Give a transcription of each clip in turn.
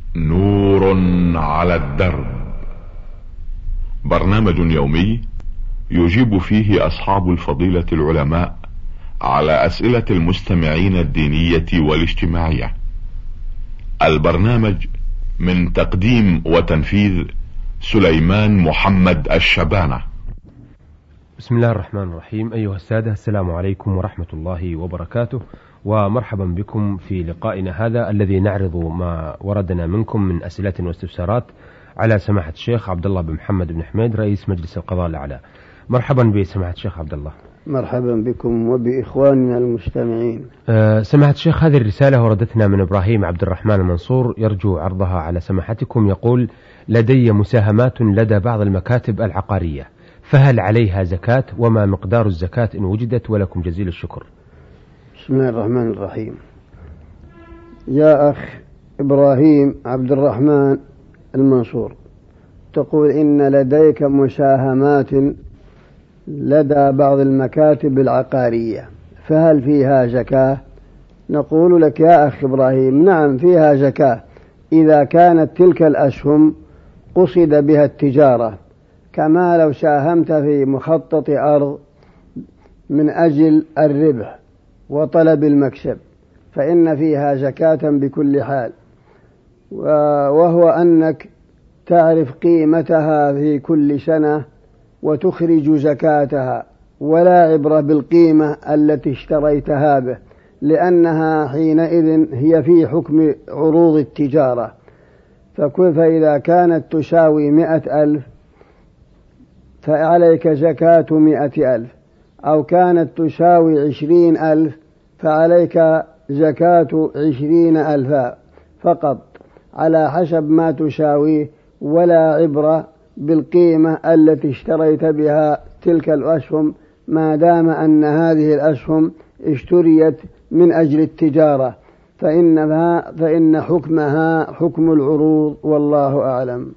نور على الدرب، برنامج يومي يجيب فيه أصحاب الفضيلة العلماء على أسئلة المستمعين الدينية والاجتماعية. البرنامج من تقديم وتنفيذ سليمان محمد الشبانة. بسم الله الرحمن الرحيم. أيها السادة، السلام عليكم ورحمة الله وبركاته، ومرحبا بكم في لقائنا هذا الذي نعرض ما وردنا منكم من أسئلة واستفسارات على سماحة الشيخ عبد الله بن محمد بن حميد رئيس مجلس القضاء الأعلى. مرحبا بسماحة الشيخ عبد الله. مرحبا بكم وبإخواننا المستمعين. سماحة الشيخ، هذه الرسالة وردتنا من إبراهيم عبد الرحمن المنصور، يرجو عرضها على سماحتكم. يقول: لدي مساهمات لدى بعض المكاتب العقارية، فهل عليها زكاة؟ وما مقدار الزكاة إن وجدت؟ ولكم جزيل الشكر. بسم الله الرحمن الرحيم. يا أخ إبراهيم عبد الرحمن المنصور، تقول إن لديك مساهمات لدى بعض المكاتب العقارية، فهل فيها زكاة؟ نقول لك يا أخ إبراهيم: نعم، فيها زكاة إذا كانت تلك الأسهم قصد بها التجارة، كما لو ساهمت في مخطط أرض من أجل الربح وطلب المكسب، فإن فيها زكاة بكل حال، وهو أنك تعرف قيمتها في كل سنة وتخرج زكاتها، ولا عبرة بالقيمة التي اشتريتها به، لأنها حينئذ هي في حكم عروض التجارة. فإذا كانت تساوي 100,000 فعليك زكاة 100,000، أو كانت تساوي 20,000 فعليك زكاة 20,000 فقط، على حسب ما تساويه، ولا عبرة بالقيمة التي اشتريت بها تلك الأسهم، ما دام أن هذه الأسهم اشتريت من أجل التجارة، فإن حكمها حكم العروض، والله أعلم.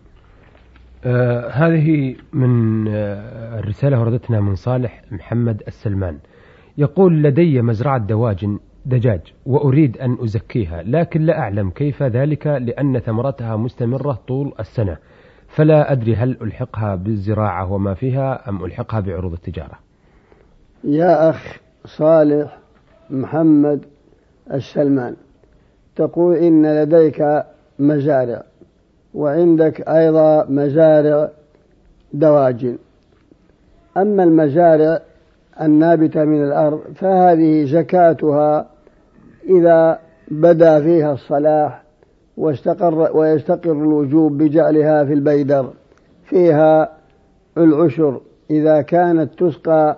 هذه من الرسالة وردتنا من صالح محمد السلمان، يقول: لدي مزرعة دجاج وأريد أن أزكيها، لكن لا أعلم كيف ذلك لأن ثمرتها مستمرة طول السنة، فلا أدري هل ألحقها بالزراعة وما فيها أم ألحقها بعروض التجارة. يا أخ صالح محمد السلمان، تقول إن لديك مزارع وعندك أيضا مزارع دواجن. أما المزارع النابتة من الأرض فهذه زكاتها إذا بدا فيها الصلاح ويستقر الوجوب بجعلها في البيدر، فيها العشر إذا كانت تسقى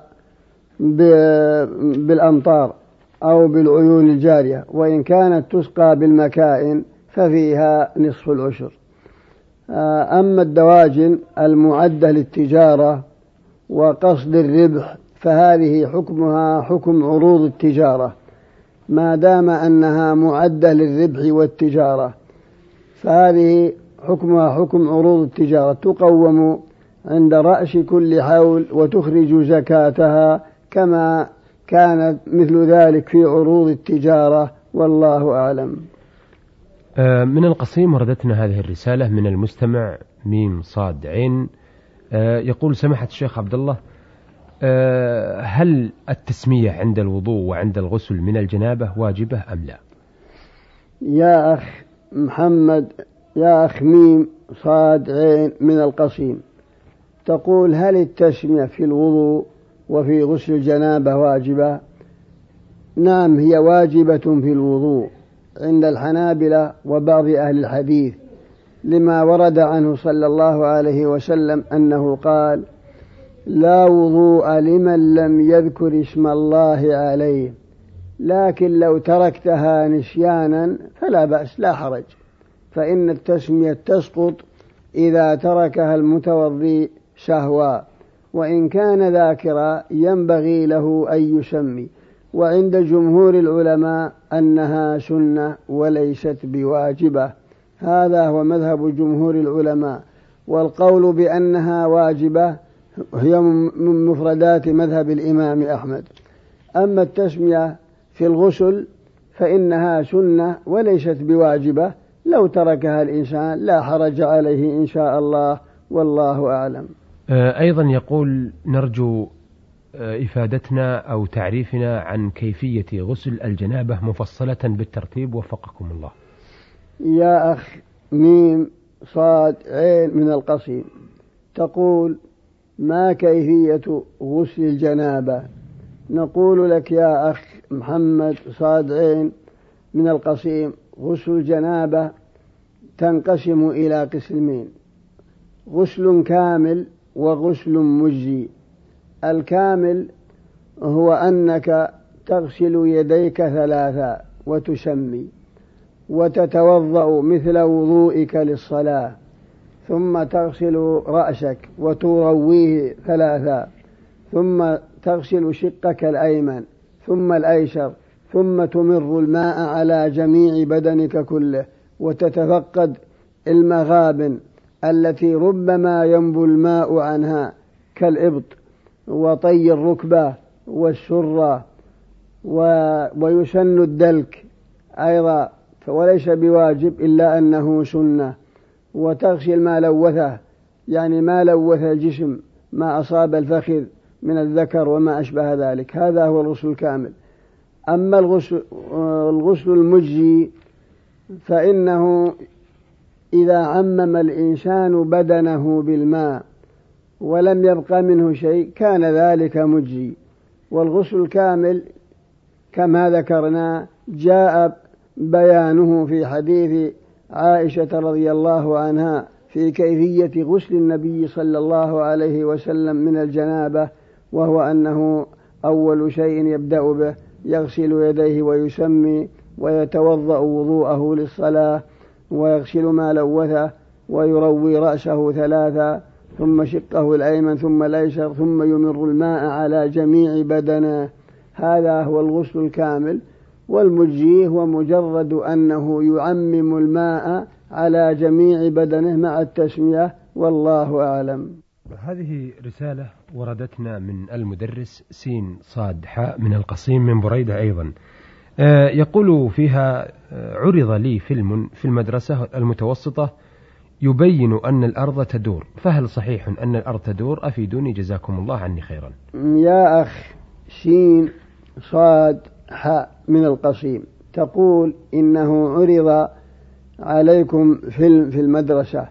بالأمطار أو بالعيون الجارية، وإن كانت تسقى بالمكائن ففيها نصف العشر. أما الدواجن المعدة للتجارة وقصد الربح فهذه حكمها حكم عروض التجارة، ما دام أنها معدة للربح والتجارة، فهذه حكمها حكم عروض التجارة، تقوم عند رأس كل حول وتخرج زكاتها كما كانت مثل ذلك في عروض التجارة، والله أعلم. من القصيم وردتنا هذه الرسالة من المستمع ميم صاد عين، يقول: سماحة الشيخ عبد الله، هل التسمية عند الوضوء وعند الغسل من الجنابة واجبة أم لا؟ يا أخ محمد، يا أخ ميم صاد عين من القصيم، تقول: هل التسمية في الوضوء وفي غسل الجنابة واجبة؟ نعم، هي واجبة في الوضوء عند الحنابلة وبعض أهل الحديث، لما ورد عنه صلى الله عليه وسلم أنه قال: لا وضوء لمن لم يذكر اسم الله عليه، لكن لو تركتها نسيانا فلا بأس، لا حرج، فإن التسمية تسقط إذا تركها المتوضي سهوا، وإن كان ذاكرا ينبغي له أن يسمي. وعند جمهور العلماء أنها سنة وليست بواجبة، هذا هو مذهب جمهور العلماء، والقول بأنها واجبة هي من مفردات مذهب الإمام أحمد. أما التسمية في الغسل فإنها سنة وليست بواجبة، لو تركها الإنسان لا حرج عليه إن شاء الله، والله أعلم. أيضا يقول نرجو إفادتنا أو تعريفنا عن كيفية غسل الجنابة مفصلة بالترتيب وفقكم الله. يا أخ ميم صاد عين من القصيم، تقول ما كيفية غسل الجنابة؟ نقول لك يا أخ محمد صاد عين من القصيم، غسل الجنابة تنقسم إلى قسمين: غسل كامل وغسل مجزي. الكامل هو أنك تغسل يديك 3 وتسمي وتتوضأ مثل وضوئك للصلاة، ثم تغسل رأسك وترويه 3، ثم تغسل شقك الأيمن ثم الأيسر، ثم تمر الماء على جميع بدنك كله، وتتفقد المغابن التي ربما ينبو الماء عنها كالإبط وطي الركبة والسرة، ويسن الدلك أيضا وليس بواجب إلا أنه سنة، وتغسل ما لوثه، يعني ما لوث الجسم، ما أصاب الفخذ من الذكر وما أشبه ذلك، هذا هو الغسل الكامل. أما الغسل المجزي فإنه إذا عمم الإنسان بدنه بالماء ولم يبق منه شيء كان ذلك مجزي. والغسل الكامل كما ذكرنا جاء بيانه في حديث عائشة رضي الله عنها في كيفية غسل النبي صلى الله عليه وسلم من الجنابة، وهو أنه أول شيء يبدأ به يغسل يديه ويسمي ويتوضأ وضوءه للصلاة، ويغسل ما لوثه ويروي رأسه 3، ثم شقه الأيمن ثم الأيسر، ثم يمر الماء على جميع بدنه. هذا هو الغسل الكامل. والمجزي هو مجرد أنه يعمم الماء على جميع بدنه مع التسمية، والله أعلم. هذه رسالة وردتنا من المدرس سين صاد حاء من القصيم من بريدة أيضا، يقول فيها: عرض لي فيلم في المدرسة المتوسطة يبين أن الأرض تدور، فهل صحيح أن الأرض تدور؟ أفيدوني جزاكم الله عني خيرا. يا أخ سين صاد حاء من القصيم، تقول إنه عرض عليكم فيلم في المدرسة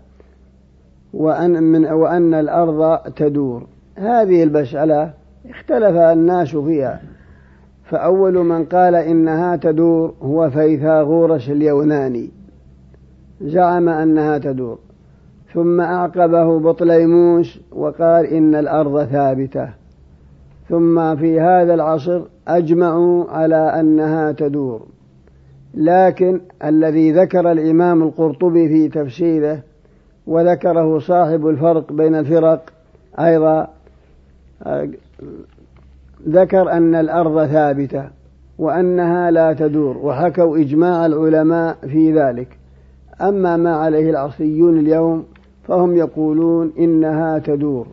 وأن الأرض تدور. هذه المسألة اختلف الناس فيها، فأول من قال إنها تدور هو فيثاغورس اليوناني، زعم أنها تدور، ثم أعقبه بطليموس وقال إن الأرض ثابتة، ثم في هذا العصر أجمعوا على أنها تدور. لكن الذي ذكر الإمام القرطبي في تفسيره وذكره صاحب الفرق بين الفرق أيضا ذكر أن الأرض ثابتة وأنها لا تدور، وحكوا إجماع العلماء في ذلك. أما ما عليه العصريون اليوم فهم يقولون إنها تدور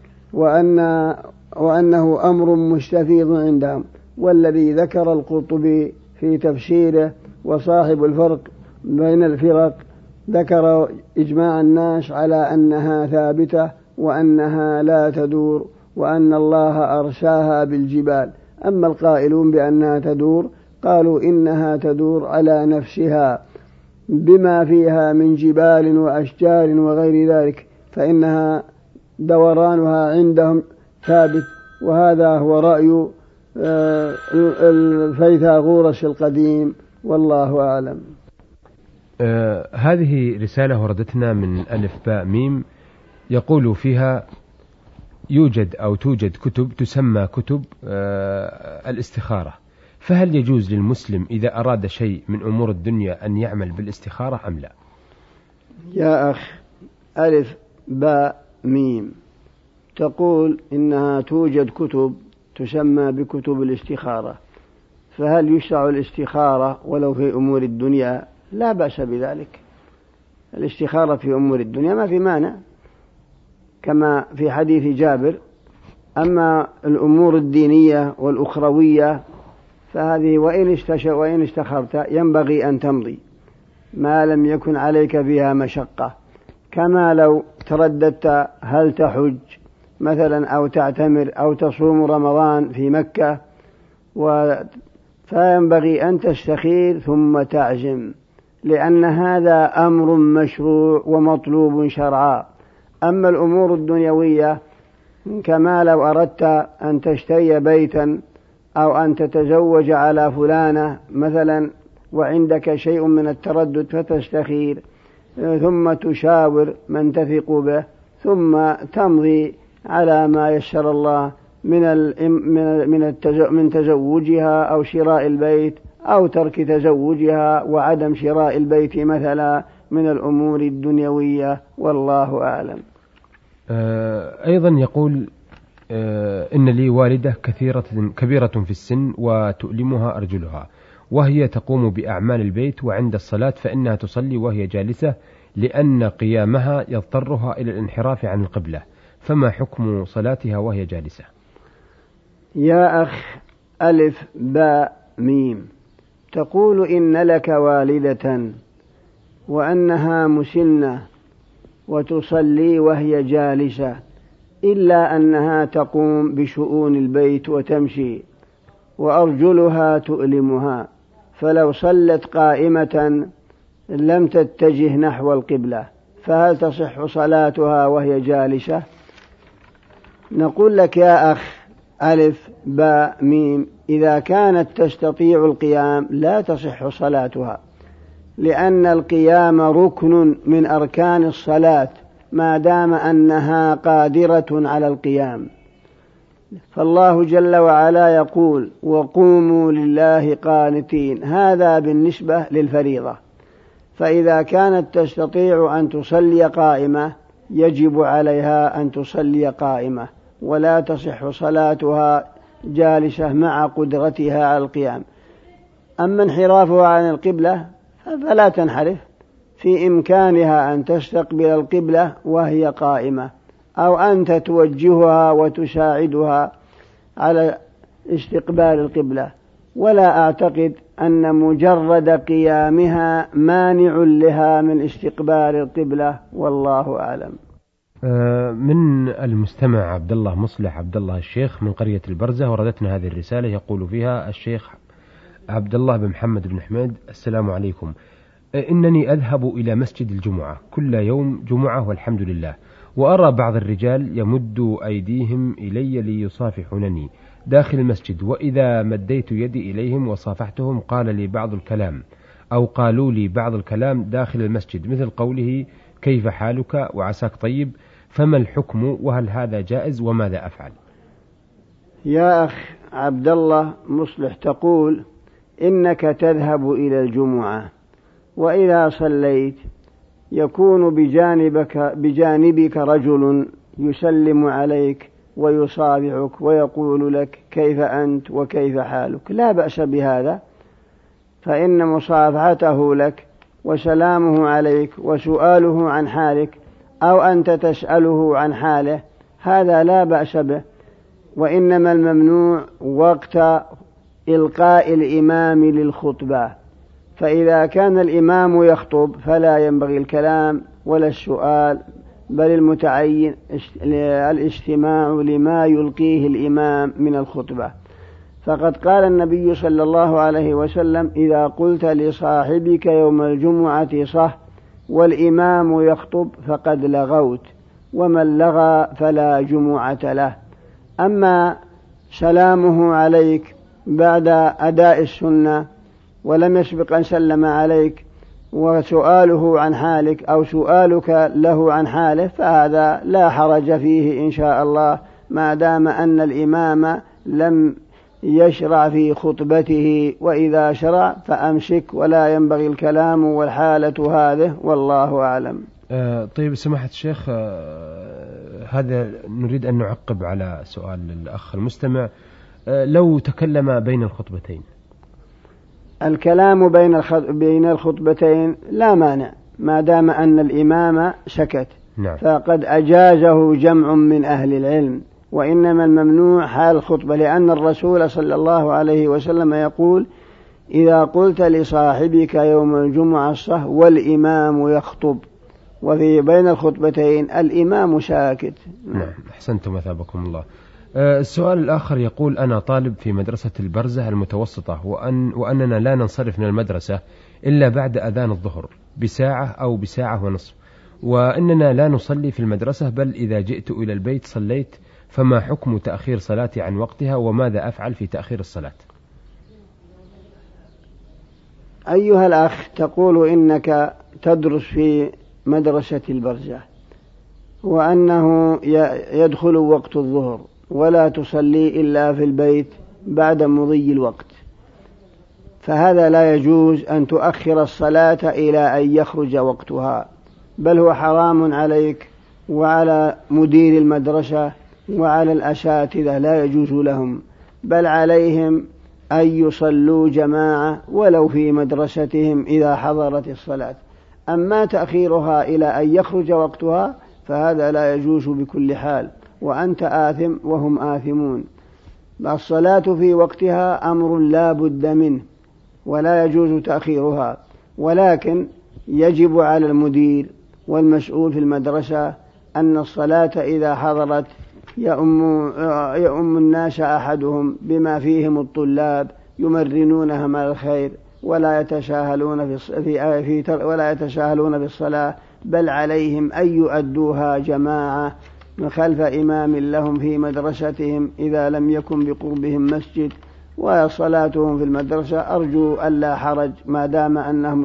وأنه أمر مستفيض عندهم. والذي ذكر القرطبي في تفسيره وصاحب الفرق بين الفرق ذكر إجماع الناس على أنها ثابتة وأنها لا تدور، وأن الله أرساها بالجبال. أما القائلون بأنها تدور قالوا إنها تدور على نفسها بما فيها من جبال وأشجار وغير ذلك، فإنها دورانها عندهم ثابت. وهذا هو رأي الفيثاغورس القديم، والله أعلم. هذه رسالة وردتنا من ألف باء ميم، يقول فيها: توجد كتب تسمى كتب الاستخارة، فهل يجوز للمسلم إذا أراد شيء من أمور الدنيا أن يعمل بالاستخارة أم لا؟ يا أخ ألف باء ميم، تقول إنها توجد كتب تسمى بكتب الاستخارة، فهل يشرع الاستخارة ولو في أمور الدنيا؟ لا بأس بذلك. الاستخارة في أمور الدنيا ما في مانع، كما في حديث جابر. أما الأمور الدينية والأخروية فهذه وإن استخرت ينبغي أن تمضي، ما لم يكن عليك فيها مشقة، كما لو ترددت هل تحج مثلا أو تعتمر أو تصوم رمضان في مكة، فينبغي أن تستخير ثم تعزم، لأن هذا أمر مشروع ومطلوب شرعا. أما الأمور الدنيوية كما لو أردت أن تشتري بيتا أو أن تتزوج على فلانة مثلا وعندك شيء من التردد فتستخير ثم تشاور من تثق به ثم تمضي على ما يسر الله من تزوجها أو شراء البيت أو ترك تزوجها وعدم شراء البيت مثلا من الأمور الدنيوية، والله أعلم. أيضا يقول إن لي والدة كبيرة في السن وتؤلمها أرجلها، وهي تقوم بأعمال البيت، وعند الصلاة فإنها تصلي وهي جالسة لأن قيامها يضطرها إلى الانحراف عن القبلة، فما حكم صلاتها وهي جالسة؟ يا أخ ألف باء ميم، تقول إن لك والدة وأنها مسنة وتصلي وهي جالسة، إلا أنها تقوم بشؤون البيت وتمشي وأرجلها تؤلمها، فلو صلت قائمة لم تتجه نحو القبلة فهل تصح صلاتها وهي جالسة؟ نقول لك يا أخ ألف باء ميم، إذا كانت تستطيع القيام لا تصح صلاتها، لأن القيام ركن من أركان الصلاة ما دام أنها قادرة على القيام. فالله جل وعلا يقول وقوموا لله قانتين، هذا بالنسبة للفريضة، فإذا كانت تستطيع أن تصلي قائمة يجب عليها أن تصلي قائمة، ولا تصح صلاتها جالسة مع قدرتها على القيام. أما انحرافها عن القبلة فلا تنحرف، في إمكانها أن تستقبل القبلة وهي قائمة، أو أنت توجهها وتساعدها على استقبال القبلة، ولا أعتقد أن مجرد قيامها مانع لها من استقبال القبلة، والله أعلم. من المستمع عبد الله مصلح عبد الله الشيخ من قرية البرزة، وردتنا هذه الرسالة، يقول فيها الشيخ عبد الله بن محمد بن حميد: السلام عليكم، إنني أذهب إلى مسجد الجمعة كل يوم جمعة والحمد لله، وأرى بعض الرجال يمد أيديهم إلي ليصافحونني داخل المسجد، وإذا مديت يدي إليهم وصافحتهم قالوا لي بعض الكلام داخل المسجد، مثل قوله كيف حالك وعساك طيب، فما الحكم وهل هذا جائز وماذا أفعل؟ يا أخ عبد الله مصلح، تقول إنك تذهب إلى الجمعة، وإذا صليت يكون بجانبك رجل يسلم عليك ويصافحك ويقول لك كيف أنت وكيف حالك، لا بأس بهذا، فإن مصافحته لك وسلامه عليك وسؤاله عن حالك أو أنت تسأله عن حاله هذا لا بأس به، وإنما الممنوع وقت إلقاء الإمام للخطبة، فإذا كان الإمام يخطب فلا ينبغي الكلام ولا السؤال، بل المتعين الاستماع لما يلقيه الإمام من الخطبة، فقد قال النبي صلى الله عليه وسلم: إذا قلت لصاحبك يوم الجمعة صح والإمام يخطب فقد لغوت، ومن لغى فلا جمعة له. أما سلامه عليك بعد أداء السنة ولم يسبق أن سلم عليك وسؤاله عن حالك أو سؤالك له عن حاله فهذا لا حرج فيه إن شاء الله، ما دام أن الإمام لم يشرع في خطبته، وإذا شرع فأمسك ولا ينبغي الكلام والحالة هذه، والله أعلم. طيب سماحة الشيخ، هذا نريد أن نعقب على سؤال الأخ المستمع، لو تكلم بين الخطبتين. الكلام بين الخطبتين لا مانع ما دام أن الإمام سكت. نعم. فقد أجازه جمع من أهل العلم، وإنما الممنوع حال الخطبة، لأن الرسول صلى الله عليه وسلم يقول: إذا قلت لصاحبك يوم الجمعة صح والإمام يخطب، وفي بين الخطبتين الإمام ساكت. نعم، أحسنتم أثابكم الله. السؤال الآخر يقول: أنا طالب في مدرسة البرزة المتوسطة، وأننا لا ننصرف من المدرسة إلا بعد أذان الظهر بساعة أو بساعة ونصف، وأننا لا نصلي في المدرسة، بل إذا جئت إلى البيت صليت، فما حكم تأخير صلاتي عن وقتها، وماذا أفعل في تأخير الصلاة؟ أيها الأخ، تقول إنك تدرس في مدرسة البرزة وأنه يدخل وقت الظهر ولا تصلي إلا في البيت بعد مضي الوقت، فهذا لا يجوز أن تؤخر الصلاة إلى أن يخرج وقتها، بل هو حرام عليك وعلى مدير المدرسة وعلى الأساتذة، لا يجوز لهم، بل عليهم أن يصلوا جماعة ولو في مدرستهم إذا حضرت الصلاة. أما تأخيرها إلى أن يخرج وقتها فهذا لا يجوز بكل حال، وأنت آثم وهم آثمون. الصلاة في وقتها أمر لا بد منه ولا يجوز تأخيرها، ولكن يجب على المدير والمسؤول في المدرسة أن الصلاة إذا حضرت يؤم الناس أحدهم بما فيهم الطلاب يمرنونهم على الخير ولا يتساهلون في الصلاة، بل عليهم أن يؤدوها جماعة من خلف إمام لهم في مدرستهم إذا لم يكن بقربهم مسجد، وصلاتهم في المدرسة أرجو ألا حرج ما دام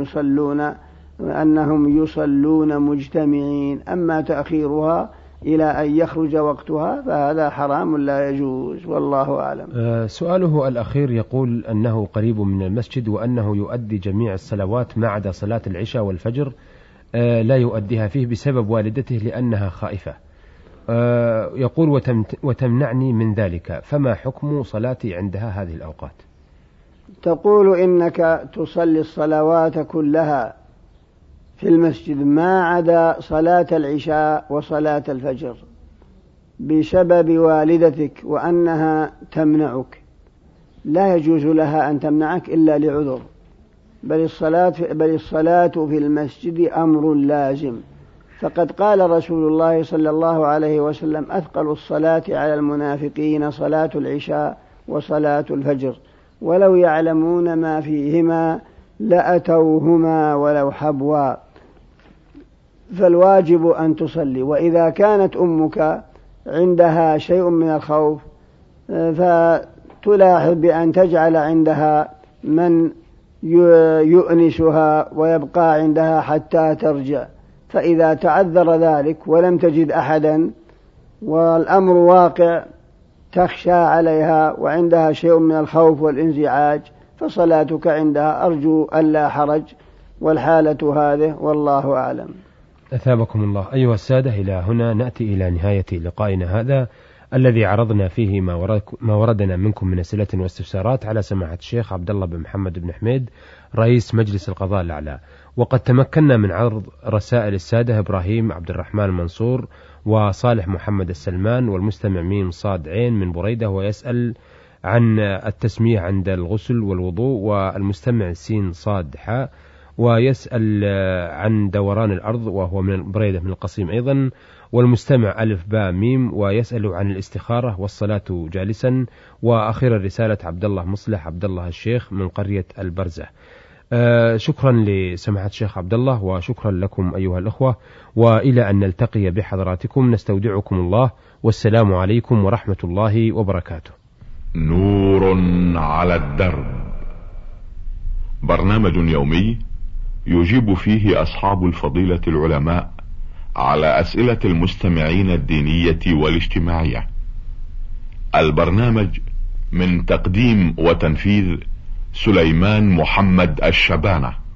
أنهم يصلون مجتمعين. أما تأخيرها إلى أن يخرج وقتها فهذا حرام لا يجوز، والله أعلم. سؤاله الأخير يقول أنه قريب من المسجد وأنه يؤدي جميع الصلوات ما عدا صلاة العشاء والفجر لا يؤديها فيه بسبب والدته لأنها خائفة، يقول وتمنعني من ذلك، فما حكم صلاتي عندها هذه الأوقات؟ تقول إنك تصلي الصلوات كلها في المسجد ما عدا صلاة العشاء وصلاة الفجر بسبب والدتك وأنها تمنعك، لا يجوز لها أن تمنعك إلا لعذر، بل الصلاة في المسجد أمر لازم، فقد قال رسول الله صلى الله عليه وسلم: أثقل الصلاة على المنافقين صلاة العشاء وصلاة الفجر، ولو يعلمون ما فيهما لأتوهما ولو حبوا، فالواجب أن تصلي. وإذا كانت أمك عندها شيء من الخوف فتلاحظ بأن تجعل عندها من يؤنسها ويبقى عندها حتى ترجع، فإذا تعذر ذلك ولم تجد أحدا والأمر واقع تخشى عليها وعندها شيء من الخوف والانزعاج فصلاتك عندها أرجو ألا حرج، والحالة هذه والله أعلم. أثابكم الله. أيها السادة، إلى هنا نأتي إلى نهاية لقائنا هذا الذي عرضنا فيه ما وردنا منكم من أسئلة واستفسارات على سماحة الشيخ عبد الله بن محمد بن حميد رئيس مجلس القضاء الأعلى، وقد تمكنا من عرض رسائل السادة إبراهيم عبد الرحمن منصور وصالح محمد السلمان والمستمع ميم صاد عين من بريدة، ويسأل عن التسمية عند الغسل والوضوء، والمستمع سين صاد حاء ويسأل عن دوران الأرض وهو من بريدة من القصيم أيضا، والمستمع ألف باء ميم ويسأل عن الاستخارة والصلاة جالسا، وأخيرا رسالة عبد الله مصلح عبد الله الشيخ من قرية البرزة. شكرا لسماحة الشيخ عبد الله وشكرا لكم أيها الأخوة، وإلى أن نلتقي بحضراتكم نستودعكم الله، والسلام عليكم ورحمة الله وبركاته. نور على الدرب، برنامج يومي يجيب فيه أصحاب الفضيلة العلماء على أسئلة المستمعين الدينية والاجتماعية. البرنامج من تقديم وتنفيذ سليمان محمد الشبانة.